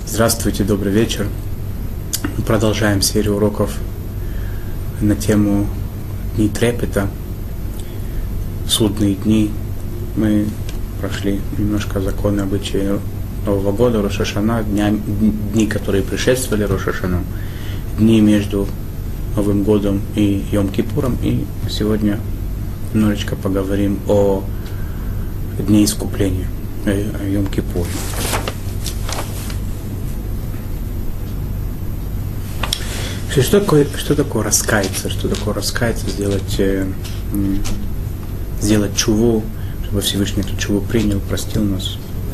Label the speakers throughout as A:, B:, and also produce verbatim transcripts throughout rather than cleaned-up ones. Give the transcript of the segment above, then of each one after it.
A: Здравствуйте, добрый вечер. Мы продолжаем серию уроков на тему Дней Трепета, судные дни. Мы прошли немножко законы, обычаи Нового года, Рош ха-Шана, дня, дни, которые предшествовали Рош ха-Шана, дни между Новым годом и Йом-Кипуром. И сегодня немножечко поговорим о Дне искупления, о Йом-Кипуре. Что такое, что такое раскаяться? Что такое раскаяться, сделать, э, сделать чуву, чтобы Всевышний эту чуву принял, простил нас?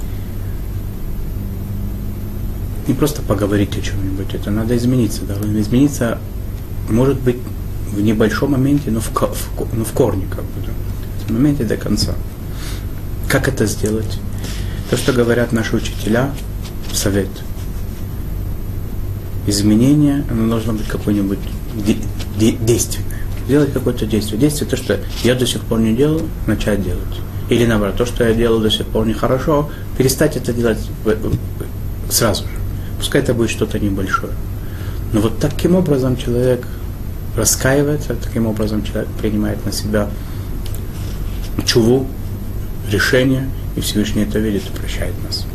A: Не просто поговорить о чем-нибудь, это надо измениться. Да? Измениться может быть в небольшом моменте, но в, в, но в корне, как бы, да? В моменте до конца. Как это сделать? То, что говорят наши учителя, совет. Изменение, оно должно быть какое-нибудь де- де- действенное. Сделать какое-то действие. Действие, то, что я до сих пор не делал, начать делать. Или наоборот, то, что я делал до сих пор нехорошо, перестать это делать сразу же. Пускай это будет что-то небольшое. Но вот таким образом человек раскаивается, таким образом человек принимает на себя чуву, решение, и Всевышний это видит и прощает нас.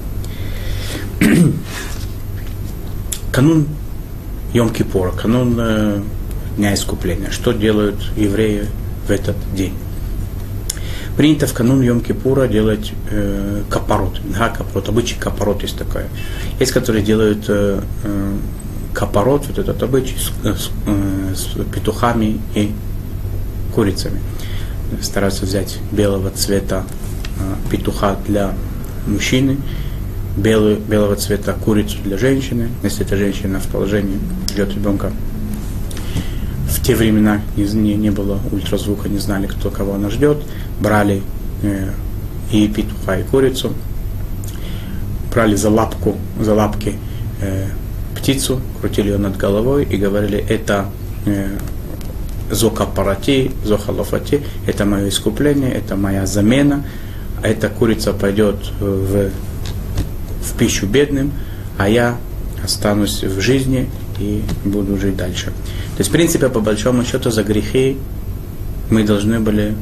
A: Канун Йом-Кипура, канун э, Дня Искупления. Что делают евреи в этот день? Принято в канун Йом-Кипура делать э, капарот. Да, капарот. Обычай капарот есть такое. Есть, которые делают э, э, капарот, вот этот обычай, с, с, э, с петухами и курицами. Стараются взять белого цвета э, петуха для мужчины, Белую, белого цвета курицу для женщины, если эта женщина в положении ждет ребенка. В те времена не, не, не было ультразвука, не знали, кто кого она ждет. Брали э, и петуха, и курицу, брали за лапку, за лапки э, птицу, крутили ее над головой и говорили: это э, зокапарати, зохалофати, это мое искупление, это моя замена, эта курица пойдет в в пищу бедным, а я останусь в жизни и буду жить дальше. То есть, в принципе, по большому счету, за грехи мы должны были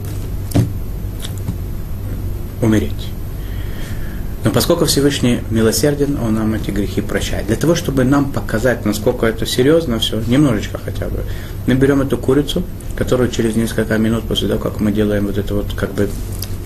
A: умереть. Но поскольку Всевышний милосерден, Он нам эти грехи прощает. Для того, чтобы нам показать, насколько это серьезно все, немножечко хотя бы, мы берем эту курицу, которую через несколько минут после того, как мы делаем вот эту вот как бы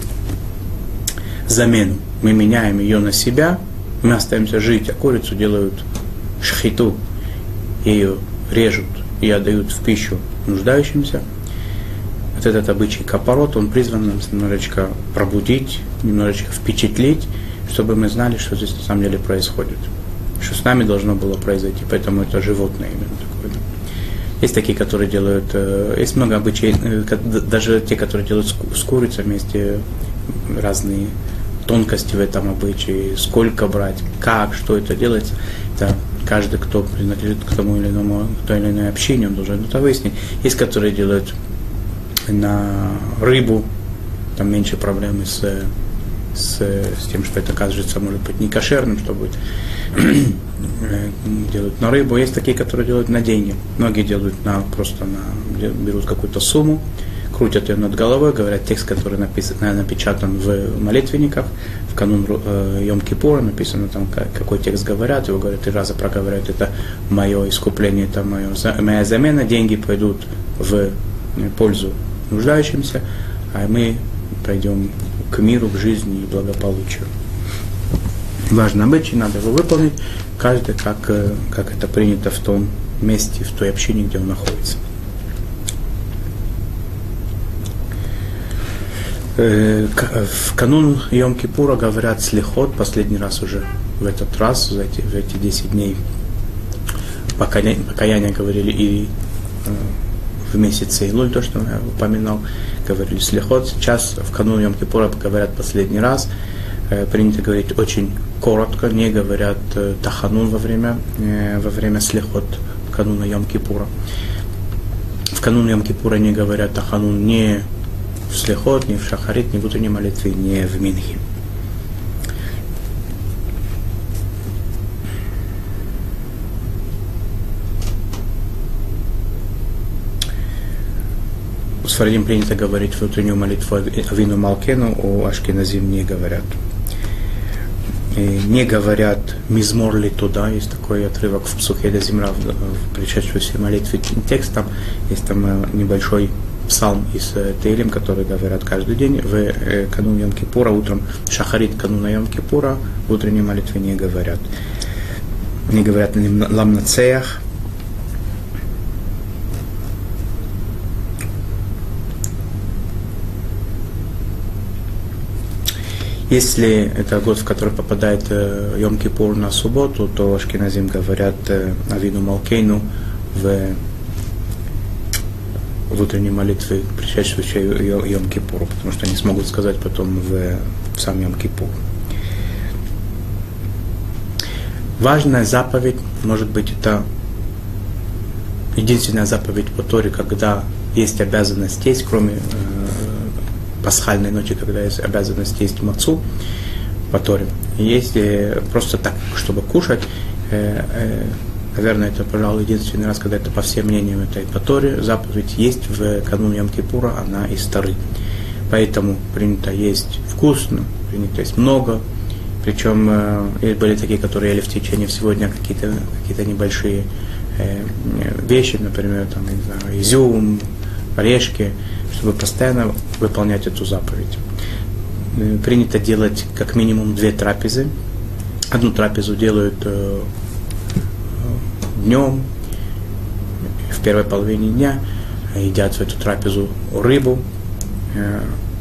A: замену, мы меняем ее на себя, мы остаемся жить, а курицу делают шхиту, ее режут и отдают в пищу нуждающимся. Вот этот обычай капарот, он призван нас немножечко пробудить, немножечко впечатлить, чтобы мы знали, что здесь на самом деле происходит, что с нами должно было произойти, поэтому это животное именно такое. Есть такие, которые делают, есть много обычаев, даже те, которые делают с курицей вместе, разные тонкости в этом обычае, сколько брать, как, что это делается. Это каждый, кто принадлежит к тому или иному, к той или иной общине, он должен это выяснить. Есть, которые делают на рыбу, там меньше проблемы с, с, с тем, что это, кажется, может быть не кошерным, что будет делают на рыбу. Есть такие, которые делают на деньги. Многие делают на, просто на, берут какую-то сумму, крутят ее над головой, говорят текст, который написан, напечатан в молитвенниках, в канун э, Йом-Кипура написано там, какой текст говорят, его говорят, три раза проговаривают, это мое искупление, это мое, моя замена, деньги пойдут в пользу нуждающимся, а мы пойдем к миру, к жизни и благополучию. Важный обычай, надо его выполнить, каждый, как, как это принято в том месте, в той общине, где он находится. В канун Йом-Кипура говорят слихот, последний раз уже в этот раз, за эти, в эти десять дней покаяния, покаяния говорили и в месяце Илуль, то, что я упоминал, говорили слихот. Сейчас в канун Йом-Кипура говорят последний раз. Принято говорить очень коротко, не говорят таханун во время, во время слихот кануна Йом-Кипура. В канун Йом-Кипура не говорят таханун не в слихот, ни в шахарит, ни в утренней молитве, ни в минхе. сфарадим принято говорить внутреннюю молитву Авину Малкену, у ашкеназим не говорят. И не говорят «Мизмор ли туда», есть такой отрывок в Псухе де Зимра, в предшествующей молитве текст, там есть там небольшой псалм из Теилим, который говорят каждый день в канун Йом-Кипура, утром Шахарит кануна Йом-Кипура, в утренней молитве не говорят. Не говорят «Лам нацеях». Если это год, в который попадает э, Йом-Кипур на субботу, то ашкеназим говорят э, Авину Малкейну в, в утренней молитве, предшествующей Йом-Кипуру, потому что они смогут сказать потом в, в сам Йом-Кипур. Важная заповедь, может быть, это единственная заповедь по Торе, когда есть обязанность есть, кроме э, пасхальной ночи, когда есть обязанность есть мацу по Торе. Есть э, просто так, чтобы кушать. Э, э, наверное, это, пожалуй, единственный раз, когда это по всем мнениям это и по Торе. Заповедь есть в канун Йом-Кипура, она из Торы. Поэтому принято есть вкусно, принято есть много. Причем э, были такие, которые ели в течение всего дня какие-то, какие-то небольшие э, вещи, например, там, не знаю, изюм, орешки, чтобы постоянно выполнять эту заповедь. Э, принято делать как минимум две трапезы. Одну трапезу делают э, днем, в первой половине дня, едят в эту трапезу рыбу, э,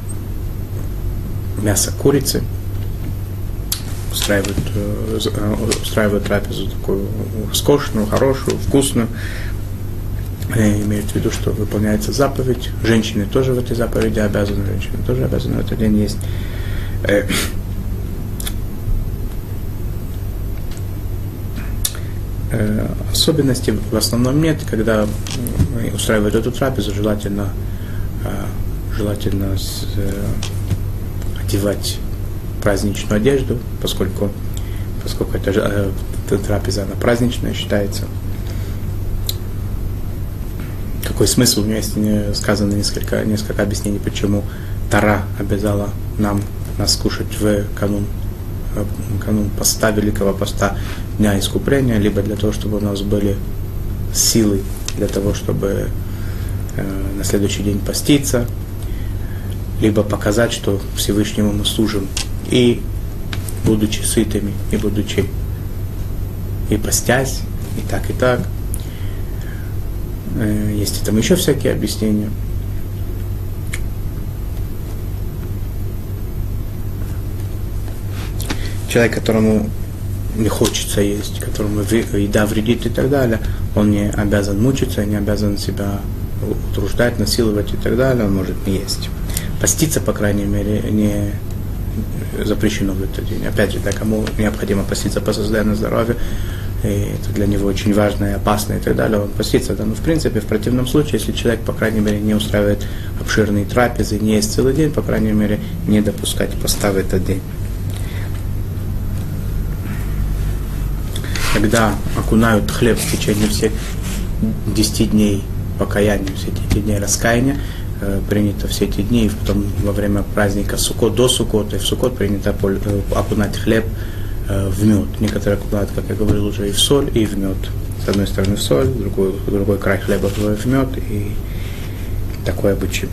A: мясо курицы. Устраивают, устраивают трапезу такую роскошную, хорошую, вкусную. Имеют в виду, что выполняется заповедь. Женщины тоже в этой заповеди обязаны, женщины тоже обязаны в этот день есть. Особенностей в основном нет. Когда устраивают эту трапезу, желательно, желательно одевать праздничную одежду, поскольку, поскольку это, эта трапеза, она праздничная считается. Какой смысл? У меня есть сказано несколько, несколько объяснений, почему Тора обязала нам, нас кушать в канун, канун поста, Великого Поста, Дня Искупления, либо для того, чтобы у нас были силы для того, чтобы э, на следующий день поститься, либо показать, что Всевышнему мы служим и будучи сытыми, и будучи и постясь, и так, и так. Есть там еще всякие объяснения. Человек, которому не хочется есть, которому еда вредит и так далее, он не обязан мучиться, не обязан себя утруждать, насиловать и так далее, он может не есть. Поститься, по крайней мере, не запрещено в этот день. Опять же, да, кому необходимо поститься по состоянию здоровья, и это для него очень важно и опасно и так далее, он постится. Да, но в принципе, в противном случае, если человек, по крайней мере, не устраивает обширные трапезы, не ест целый день, по крайней мере, не допускать поста в этот день. Когда окунают хлеб в течение всех десяти дней покаяния, все эти дней раскаяния, принято все эти дни, и потом во время праздника Суккот, до Суккота, и в Суккот принято окунать хлеб в мед. Некоторые окунают, как я говорил, уже и в соль, и в мед. С одной стороны в соль, другой, другой край хлеба в мед, и такое обычай.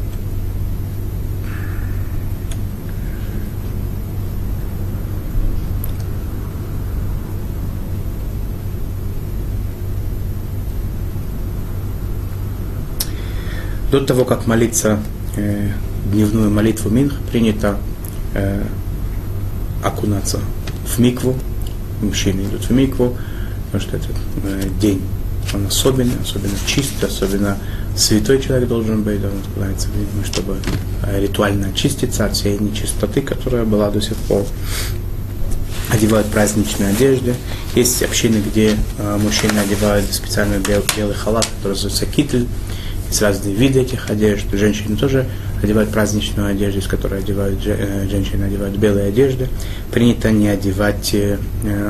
A: До того, как молиться э, дневную молитву Минха, принято э, окунаться в микву. Мужчины идут в микву, потому что этот э, день, он особенный, особенно чистый, особенно святой человек должен быть, он окунается в микву, чтобы э, ритуально очиститься от всей нечистоты, которая была до сих пор. Одевают праздничные одежды. Есть общины, где э, мужчины одевают специальный бел, белый халат, который называется китль. Есть разные виды этих одежд. Женщины тоже одевают праздничную одежду, из которой одевают, женщины одевают белые одежды. Принято не одевать э,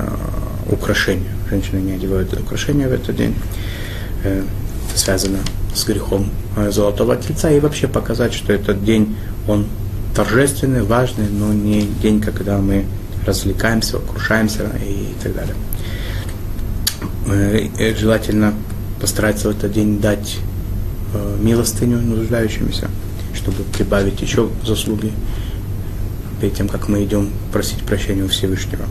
A: украшения. Женщины не одевают украшения в этот день. Э, это связано с грехом золотого тельца и вообще показать, что этот день, он торжественный, важный, но не день, когда мы развлекаемся, крушаемся и так далее. И желательно постараться в этот день дать милостыню нуждающимся, чтобы прибавить еще заслуги перед тем, как мы идем просить прощения у Всевышнего.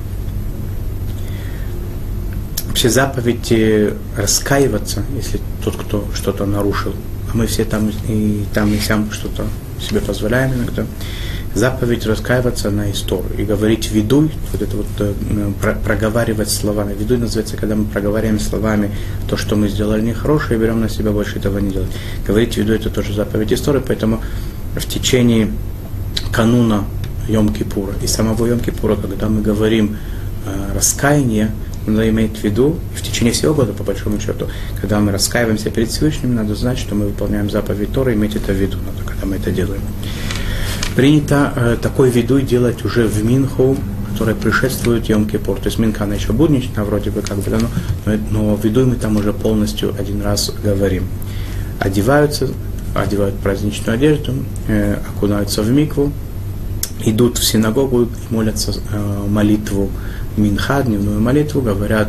A: Вообще заповедь раскаиваться, если тот, кто что-то нарушил, а мы все там и там и сям что-то себе позволяем иногда, заповедь раскаиваться на историю и говорить видуй, вот это вот про, проговаривать словами. Видуй называется, когда мы проговариваем словами то, что мы сделали нехорошее, и берем на себя больше этого не делать. Говорить видуй — это тоже заповедь истории, поэтому в течение кануна Йом-Кипура и самого Йом-Кипура, когда мы говорим э, раскаяние, надо иметь в виду, в течение всего года, по большому счету, когда мы раскаиваемся перед Всевышним, надо знать, что мы выполняем заповедь Торы, иметь это в виду, надо, когда мы это делаем. Принято э, такой видуй делать уже в Минху, которая предшествует Йом-Кипур. То есть Минха, она еще будничная, вроде бы, как бы, да, но, но видуй мы там уже полностью один раз говорим. Одеваются, одевают праздничную одежду, э, окунаются в микву, идут в синагогу и молятся э, молитву Минха, дневную молитву, говорят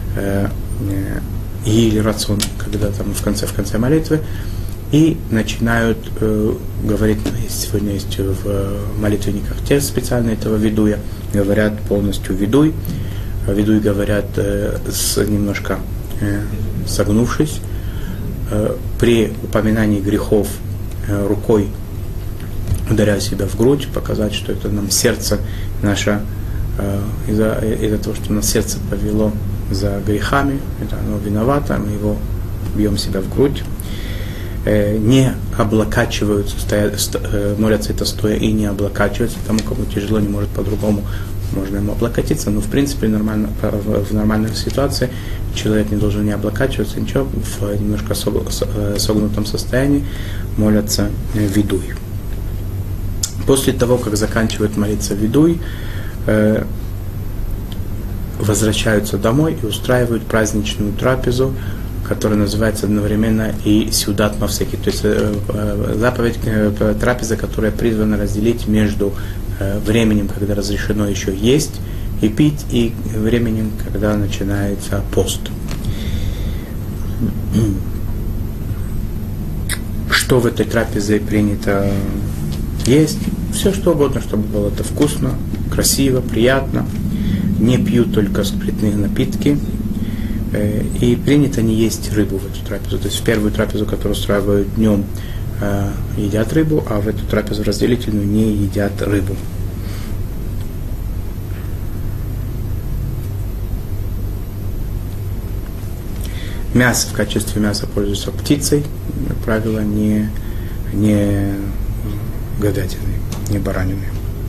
A: Иили э, Рацон, когда там в конце, в конце молитвы, и начинают э, говорить, есть, сегодня есть в молитвенниках текст специальный этого видуя, говорят полностью видуй, видуй говорят э, с, немножко э, согнувшись, э, при упоминании грехов э, рукой ударяя себя в грудь, показать, что это нам сердце наше, э, из-за, из-за того, что нас сердце повело за грехами, это оно виновато, мы его бьем себя в грудь. Э, не облокачиваются, стоя, сто, э, молятся это стоя и не облокачиваются, тому, кому тяжело, не может по-другому, можно ему облокотиться, но в принципе нормально, в нормальной ситуации человек не должен не облокачиваться, ничего, в немножко согнутом состоянии молятся видуй. После того, как заканчивают молиться видуй, э, возвращаются домой и устраивают праздничную трапезу, которая называется одновременно и сюдат мавсеки, то есть э, э, заповедь, э, трапеза, которая призвана разделить между э, временем, когда разрешено еще есть и пить, и временем, когда начинается пост. Что в этой трапезе принято есть? Все что угодно, чтобы было это вкусно, красиво, приятно. Не пьют только спиртные напитки. И принято не есть рыбу в эту трапезу. То есть в первую трапезу, которую устраивают днем, едят рыбу, а в эту трапезу разделительную не едят рыбу. Мясо в качестве мяса пользуются птицей, как правило, не, не говядиной, не бараниной.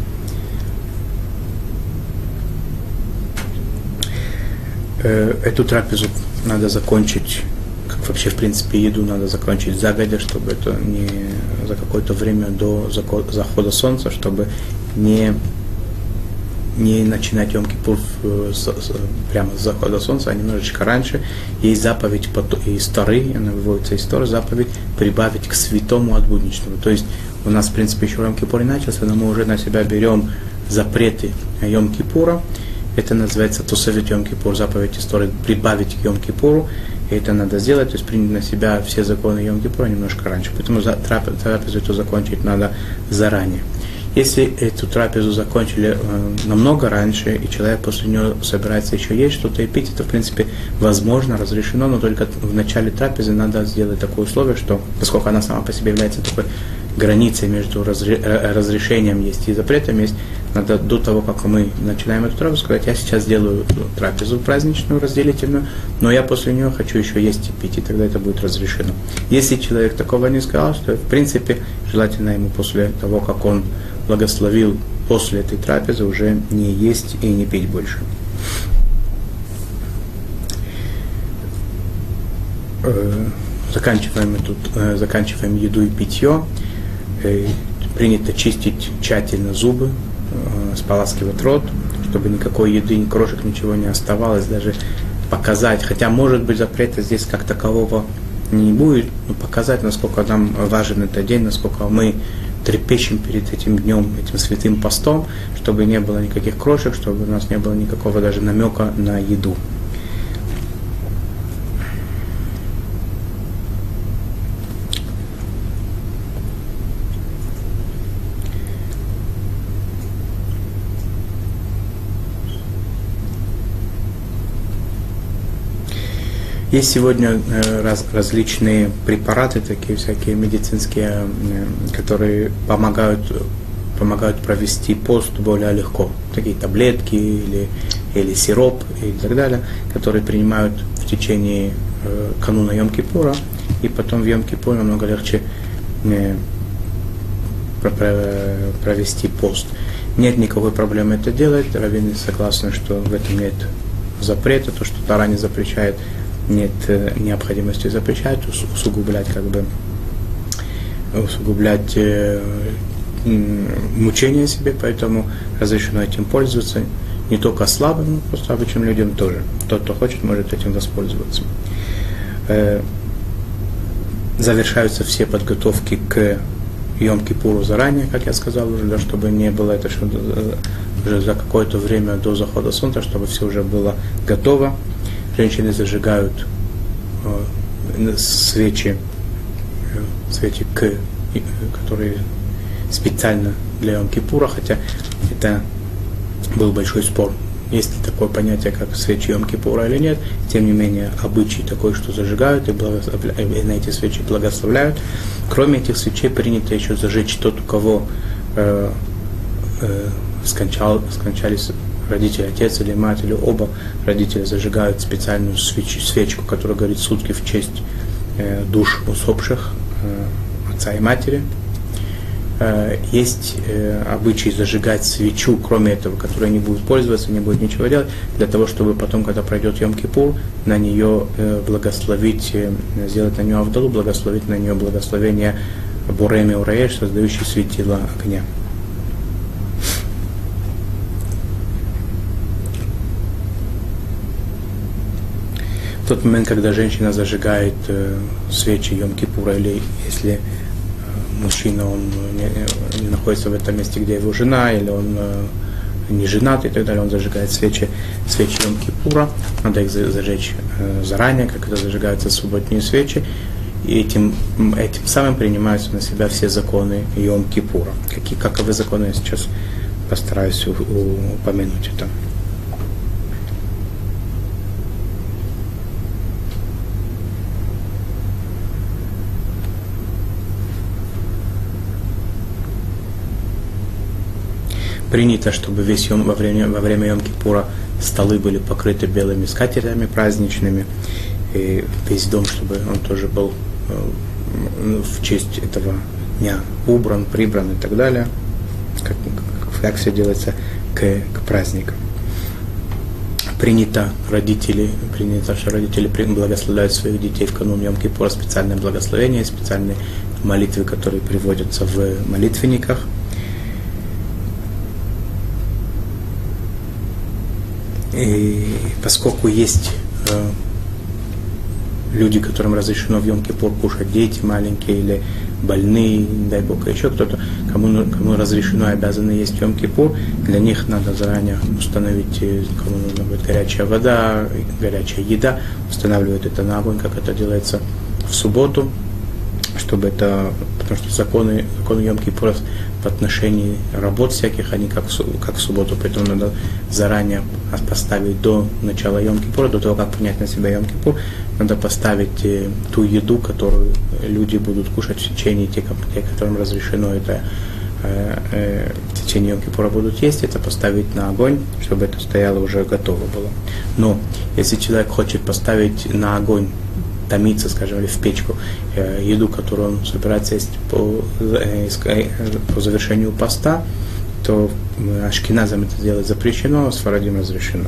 A: Эту трапезу надо закончить, как вообще в принципе еду надо закончить загодя, чтобы это не за какое-то время до захода солнца, чтобы не, не начинать Йом-Кипур прямо с захода солнца, а немножечко раньше. Есть заповедь из Торы, она выводится из Торы, заповедь прибавить к святому от будничного. То есть у нас в принципе еще Йом-Кипур не начался, но мы уже на себя берем запреты Йом-Кипура. Это называется Тосевет Йом-Кипур, заповедь истории, прибавить к Йом-Кипуру. И это надо сделать, то есть принять на себя все законы Йом-Кипура немножко раньше. Поэтому трапезу эту закончить надо заранее. Если эту трапезу закончили э, намного раньше, и человек после нее собирается еще есть что-то и пить, это в принципе возможно, разрешено, но только в начале трапезы надо сделать такое условие, что, поскольку она сама по себе является такой границей между разре- разрешением есть и запретом есть, надо до того, как мы начинаем эту трапезу, сказать: я сейчас делаю трапезу праздничную, разделительную, но я после нее хочу еще есть и пить, и тогда это будет разрешено. Если человек такого не сказал, то в принципе желательно ему после того, как он благословил после этой трапезы, уже не есть и не пить больше. Заканчиваем, тут, заканчиваем еду и питье. Принято чистить тщательно зубы, споласкивать рот, чтобы никакой еды, ни крошек, ничего не оставалось, даже показать. Хотя, может быть, запрета здесь как такового не будет, но показать, насколько нам важен этот день, насколько мы трепещем перед этим днем, этим святым постом, чтобы не было никаких крошек, чтобы у нас не было никакого даже намека на еду. Есть сегодня э, раз, различные препараты, такие всякие медицинские, э, которые помогают, помогают провести пост более легко. Такие таблетки или, или сироп и так далее, которые принимают в течение э, кануна Йом-Кипура, и потом в Йом-Кипур намного легче э, провести пост. Нет никакой проблемы это делать. Раввины согласны, что в этом нет запрета, то, что Тора не запрещает, нет необходимости запрещать, усугублять как бы усугублять э, мучения себе, поэтому разрешено этим пользоваться не только слабым, но просто обычным людям тоже. Тот, кто хочет, может этим воспользоваться. Э, завершаются все подготовки к Йом-Кипуру заранее, как я сказал уже, да, чтобы не было это что, уже за какое-то время до захода солнца, чтобы все уже было готово. Женщины зажигают э, свечи, э, свечи, к, которые специально для Йом-Кипура, хотя это был большой спор, есть ли такое понятие, как свечи Йом-Кипура или нет. Тем не менее, обычай такой, что зажигают и, и на эти свечи благословляют. Кроме этих свечей принято еще зажечь тот, у кого э, э, скончал, скончались родители, отец или мать, или оба родителя зажигают специальную свеч, свечку, которая горит сутки в честь э, душ усопших э, отца и матери. Э, есть э, обычай зажигать свечу, кроме этого, которая не будет пользоваться, не будет ничего делать, для того, чтобы потом, когда пройдет Йом-Кипур, на нее э, благословить, э, сделать на нее авдалу, благословить на нее благословение Бореми Ураеш, создающий светило огня. В тот момент, когда женщина зажигает э, свечи Йом-Кипура, или если э, мужчина он не, не находится в этом месте, где его жена, или он э, не женат и так далее, он зажигает свечи, свечи Йом-Кипура, надо их зажечь э, заранее, как это зажигаются субботние свечи, и этим, этим самым принимаются на себя все законы Йом-Кипура. Какие, каковы законы, я сейчас постараюсь у, у, упомянуть это. Принято, чтобы весь йом, во время, во время Йом-Кипура столы были покрыты белыми скатертями праздничными, и весь дом, чтобы он тоже был э, в честь этого дня убран, прибран и так далее, как, как, как все делается к, к праздникам. Принято родители, принято, что родители благословляют своих детей в канун Йом-Кипура, специальное благословение, специальные молитвы, которые приводятся в молитвенниках. И поскольку есть э, люди, которым разрешено в Йом-Кипур кушать, дети маленькие или больные, дай Бог, еще кто-то, кому, кому разрешено и обязаны есть Йом-Кипур, для них надо заранее установить, кому нужна будет горячая вода, горячая еда, устанавливают это на огонь, как это делается в субботу, чтобы это, потому что законы, законы Йом-Кипура в отношении работ всяких, они как, как в субботу, поэтому надо заранее поставить до начала Йом-Кипура, до того, как принять на себя Йом-Кипур, надо поставить э, ту еду, которую люди будут кушать в течение, те, те которым разрешено это э, э, в течение Йом-Кипура будут есть, это поставить на огонь, чтобы это стояло, уже готово было. Но если человек хочет поставить на огонь, томиться, скажем, или в печку э, еду, которую он собирается есть по, э, по завершению поста, то э, ашкеназам это делать запрещено, а сфарадим разрешено.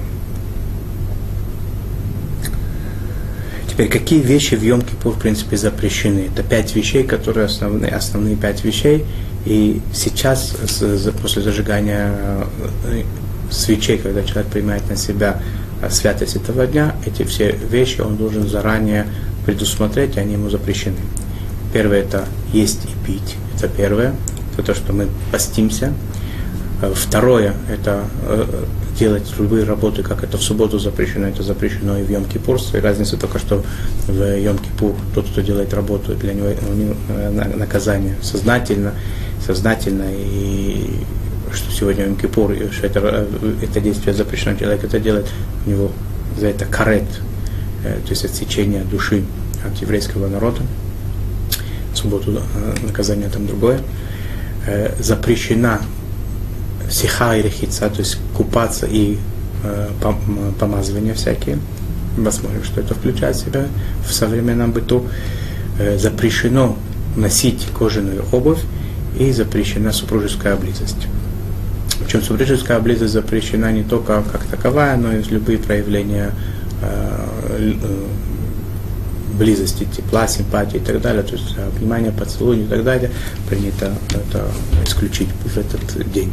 A: Теперь, какие вещи в Йом-Кипур, в принципе, запрещены? Это пять вещей, которые основные, основные пять вещей. И сейчас, с, после зажигания э, свечей, когда человек принимает на себя святость этого дня, эти все вещи он должен заранее предусмотреть, они ему запрещены. Первое – это есть и пить, это первое, это то, что мы постимся. Второе – это делать любые работы, как это в субботу запрещено, это запрещено и в Йом-Кипур. И разница только, что в Йом-Кипур тот, кто делает работу, для него наказание сознательно, сознательно, и что сегодня Йом-Кипур, что это, это действие запрещено, человек это делает, у него за это карет, то есть отсечение души от еврейского народа. В субботу наказание там другое. Запрещена сиха и рехица, то есть купаться и э, помазывания всякие. Посмотрим, что это включает в себя в современном быту. Э, запрещено носить кожаную обувь и запрещена супружеская близость. Причем супружеская близость запрещена не только как таковая, но и любые проявления э, близости, тепла, симпатии и так далее, то есть обнимание, поцелуй и так далее, принято это исключить в этот день.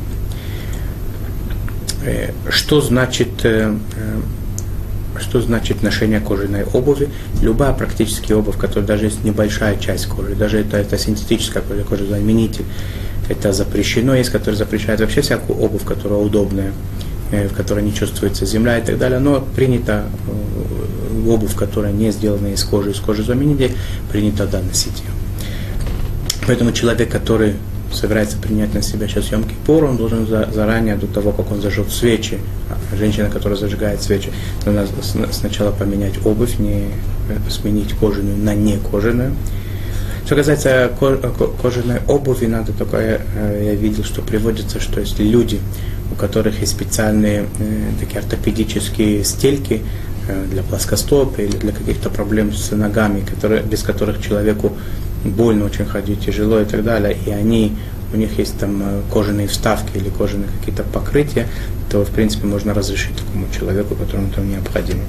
A: Что значит, что значит ношение кожаной обуви? Любая практически обувь, которая даже есть небольшая часть кожи, даже это, это синтетическая кожа, кожезаменитель, это запрещено. Есть, которые запрещают вообще всякую обувь, которая удобная, в которой не чувствуется земля и так далее, но принято обувь, которая не сделана из кожи, из кожезаменителя, принято да, носить ее. Поэтому человек, который собирается принять на себя сейчас Йом-Кипур, он должен за, заранее, до того, как он зажжет свечи, женщина, которая зажигает свечи, должна сначала поменять обувь, не сменить кожаную на не кожаную. Что касается кожаной обуви, надо только, я, я видел, что приводится, что если люди, у которых есть специальные такие ортопедические стельки для плоскостопия или для каких-то проблем с ногами, которые, без которых человеку больно очень ходить, тяжело и так далее, и они, у них есть там кожаные вставки или кожаные какие-то покрытия, то, в принципе, можно разрешить такому человеку, которому это необходимо.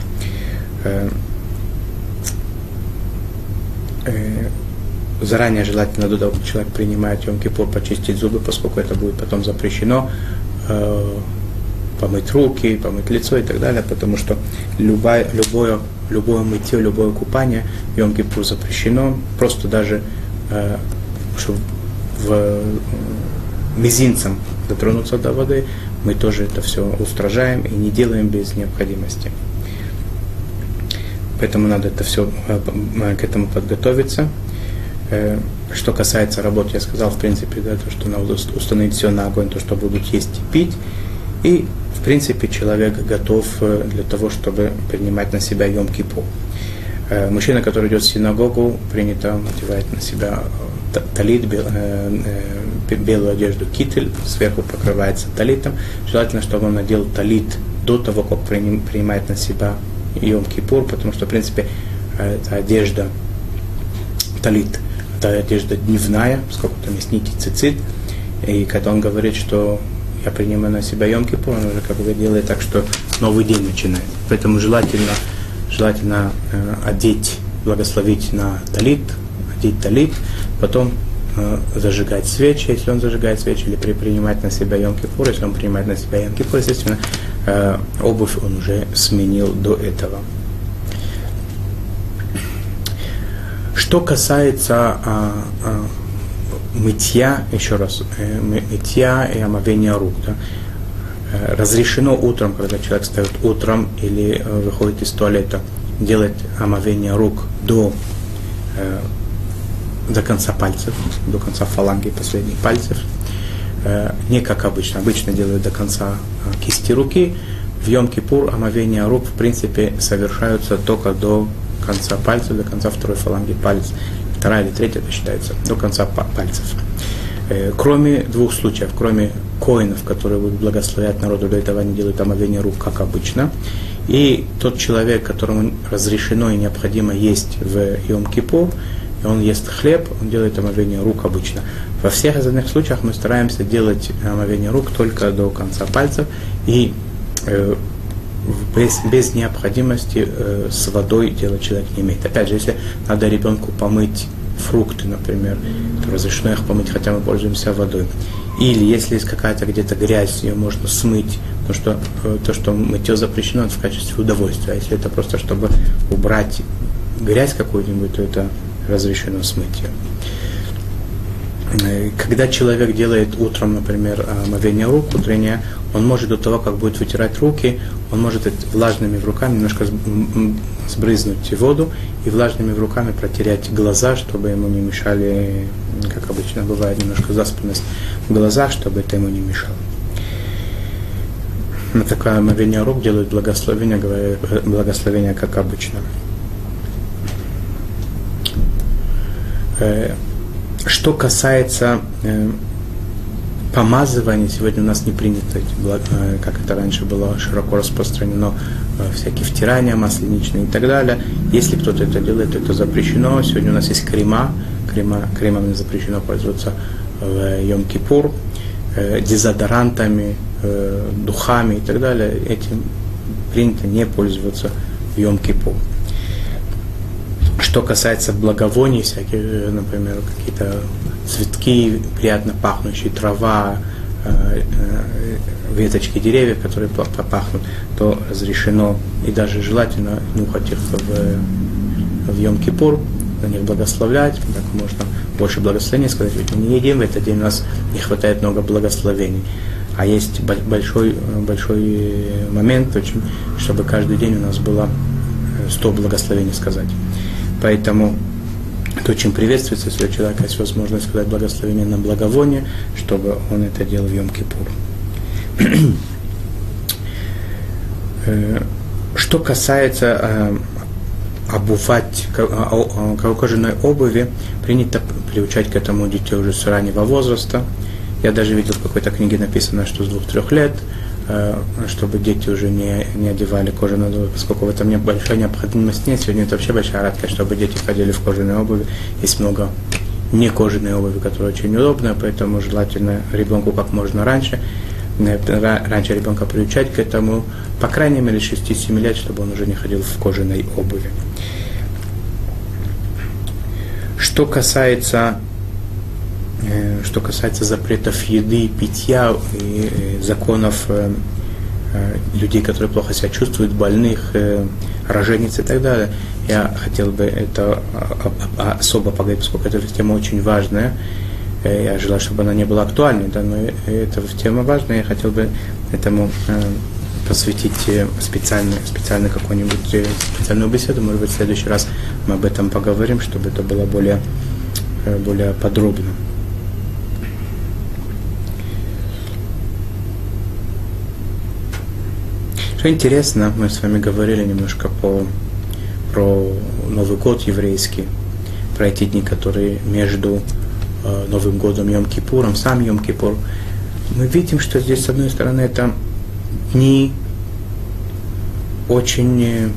A: Заранее желательно, до того, как человек принимает Йом-Кипур, почистить зубы, поскольку это будет потом запрещено, помыть руки, помыть лицо и так далее, потому что любое, любое, любое мытье, любое купание в Йом-Кипур запрещено, просто даже э, чтобы в, э, мизинцем дотронуться до воды, мы тоже это все устражаем и не делаем без необходимости. Поэтому надо это все, э, к этому подготовиться. Э, что касается работы, я сказал, в принципе, да, то, что надо установить все на огонь, то, что будут есть и пить, и в принципе, человек готов для того, чтобы принимать на себя Йом-Кипур. Мужчина, который идет в синагогу, принято надевать на себя талит, белую одежду, китель, сверху покрывается талитом. Желательно, чтобы он надел талит до того, как принимает на себя Йом-Кипур, потому что, в принципе, эта одежда, талит, это одежда дневная, сколько там есть нити цицит, и когда он говорит, что я принимаю на себя Йом-Кипур, он уже как бы делает так, что новый день начинает. Поэтому желательно, желательно э, одеть, благословить на талит, одеть талит, потом э, зажигать свечи, если он зажигает свечи, или при, принимать на себя Йом-Кипур, если он принимает на себя Йом-Кипур, естественно, э, обувь он уже сменил до этого. Что касается э, э, мытья, еще раз, мытья и омовения рук. Да. Разрешено утром, когда человек встает утром или выходит из туалета, делать омовение рук до, до конца пальцев, до конца фаланги последних пальцев. Не как обычно. Обычно делают до конца кисти руки. В Йом-Кипур омовение рук, в принципе, совершаются только до конца пальцев, до конца второй фаланги пальцев. Вторая или третья, это считается, до конца пальцев. Э, кроме двух случаев, кроме коинов, которые будут благословлять народу, до этого они делают омовение рук, как обычно. И тот человек, которому разрешено и необходимо есть в Йом-Кипур, и он ест хлеб, он делает омовение рук обычно. Во всех остальных случаях мы стараемся делать омовение рук только до конца пальцев и э, Без, без необходимости э, с водой делать человек не имеет. Опять же, если надо ребенку помыть фрукты, например, то разрешено их помыть, хотя мы пользуемся водой. Или если есть какая-то где-то грязь, ее можно смыть, потому что э, то, что мытье запрещено, это в качестве удовольствия. А если это просто, чтобы убрать грязь какую-нибудь, то это разрешено смыть ее. Когда человек делает утром, например, омовение рук, утреннее, он может до того, как будет вытирать руки, он может влажными руками немножко сбрызнуть воду и влажными руками протереть глаза, чтобы ему не мешали, как обычно бывает, немножко заспанность в глазах, чтобы это ему не мешало. На такое омовение рук делают благословение, благословение, как обычно. Что касается помазывания, сегодня у нас не принято, как это раньше было широко распространено, всякие втирания масленичные и так далее. Если кто-то это делает, то это запрещено. Сегодня у нас есть крема, крема кремами запрещено пользоваться в Йом-Кипур, дезодорантами, духами и так далее. Этим принято не пользоваться в Йом-Кипур. Что касается благовоний, всякие, например, какие-то цветки, приятно пахнущие, трава, э, э, веточки деревьев, которые пахнут, то разрешено и даже желательно нюхать их в, в Йом-Кипур, на них благословлять, так можно больше благословений сказать, ведь мы не едим в этот день, у нас не хватает много благословений. А есть большой, большой момент, очень, чтобы каждый день у нас было сто благословений сказать. Поэтому это очень приветствуется, если у человека есть возможность сказать благословение на благовоние, чтобы он это делал в Йом-Кипур. Что касается обувать кожаной обуви, принято приучать к этому детей уже с раннего возраста. Я даже видел в какой-то книге написано, что с двух-трех лет, чтобы дети уже не, не одевали кожаную обувь, поскольку в этом нет большой необходимости нет. Сегодня это вообще большая редкость, чтобы дети ходили в кожаной обуви. Есть много не кожаной обуви, которая очень удобная, поэтому желательно ребенку как можно раньше, раньше ребенка приучать к этому, по крайней мере, с шести-семи лет, чтобы он уже не ходил в кожаной обуви. Что касается Что касается запретов еды, питья и законов людей, которые плохо себя чувствуют, больных, рожениц и так далее, я хотел бы это особо поговорить, поскольку эта тема очень важная. Я желаю, чтобы она не была актуальной, да, но эта тема важная, я хотел бы этому посвятить специальную, специальную какую-нибудь специальную беседу. Может быть, в следующий раз мы об этом поговорим, чтобы это было более, более подробно. Что интересно, мы с вами говорили немножко по, про Новый год еврейский, про эти дни, которые между э, Новым годом и Йом-Кипуром, сам Йом-Кипур. Мы видим, что здесь, с одной стороны, это дни очень,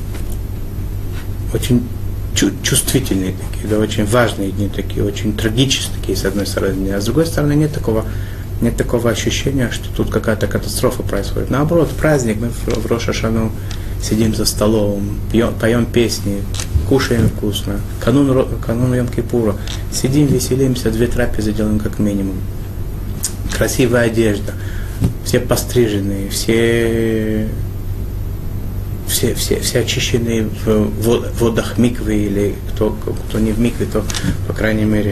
A: очень чу- чувствительные такие, да, очень важные дни такие, очень трагические такие, с одной стороны. А с другой стороны, нет такого Нет такого ощущения, что тут какая-то катастрофа происходит. Наоборот, праздник, мы в Рош ха-Шану сидим за столом, пьем, поем песни, кушаем вкусно. Канун, канун Йом-Кипура, сидим, веселимся, две трапезы делаем как минимум. Красивая одежда, все постриженные, все, все, все, все очищенные в водах миквы, или кто, кто не в микве, то, по крайней мере,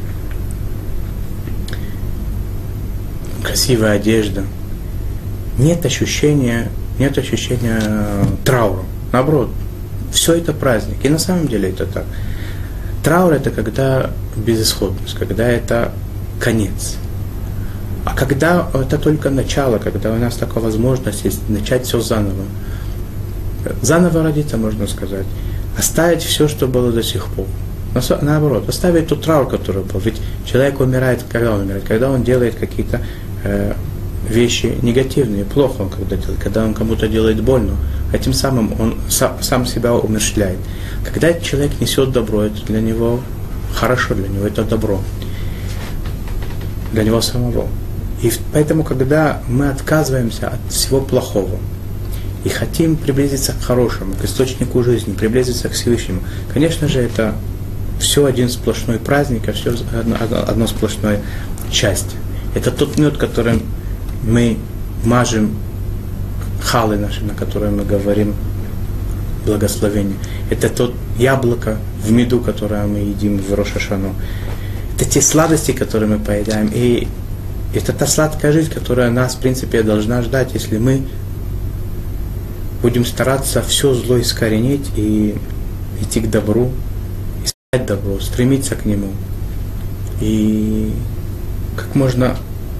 A: красивая одежда. Нет ощущения, нет ощущения траура. Наоборот, все это праздник. И на самом деле это так. Траур — это когда безысходность, когда это конец. А когда это только начало, когда у нас такая возможность есть начать все заново. Заново родиться, можно сказать. Оставить все, что было до сих пор. Наоборот, оставить тот траур, который был. Ведь человек умирает, когда он умирает, когда он делает какие-то э, вещи негативные, плохо он когда делает, когда он кому-то делает больно, а тем самым он сам, сам себя умерщвляет. Когда человек несет добро, это для него хорошо, для него это добро, для него самого. И поэтому, когда мы отказываемся от всего плохого и хотим приблизиться к хорошему, к источнику жизни, приблизиться к Всевышнему, конечно же, это все один сплошной праздник, а все одно, одно сплошное счастье. Это тот мед, которым мы мажем халы наши, на которые мы говорим благословение. Это тот яблоко в меду, которое мы едим в Рош ха-Шану. Это те сладости, которые мы поедаем. И это та сладкая жизнь, которая нас, в принципе, должна ждать, если мы будем стараться все зло искоренить и идти к добру, искать добро, стремиться к нему. И как можно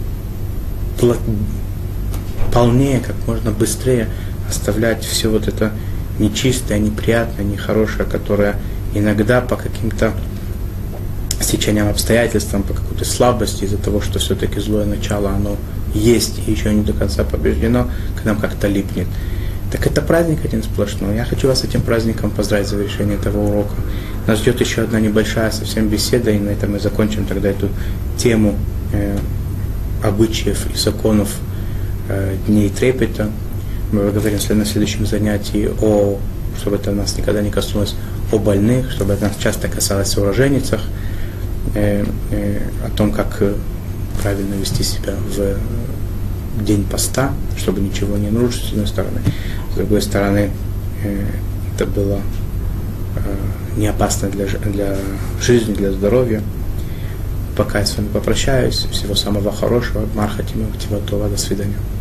A: полнее, как можно быстрее оставлять все вот это нечистое, неприятное, нехорошее, которое иногда по каким-то стечениям обстоятельствам, по какой-то слабости, из-за того, что все-таки злое начало, оно есть и еще не до конца побеждено, к нам как-то липнет. Так это праздник один сплошной. Я хочу вас с этим праздником поздравить в завершении этого урока. Нас ждет еще одна небольшая совсем беседа, и на этом мы закончим тогда эту тему э, обычаев и законов э, Дней Трепета. Мы поговорим на следующем занятии о, чтобы это нас никогда не коснулось, о больных, чтобы это нас часто касалось о роженицах, э, э, о том, как правильно вести себя в день поста, чтобы ничего не нарушить, с одной стороны. С другой стороны, э, это было э, не опасно для, для жизни, для здоровья. Пока я с вами попрощаюсь. Всего самого хорошего. Мархатима, Ктиватова. До свидания.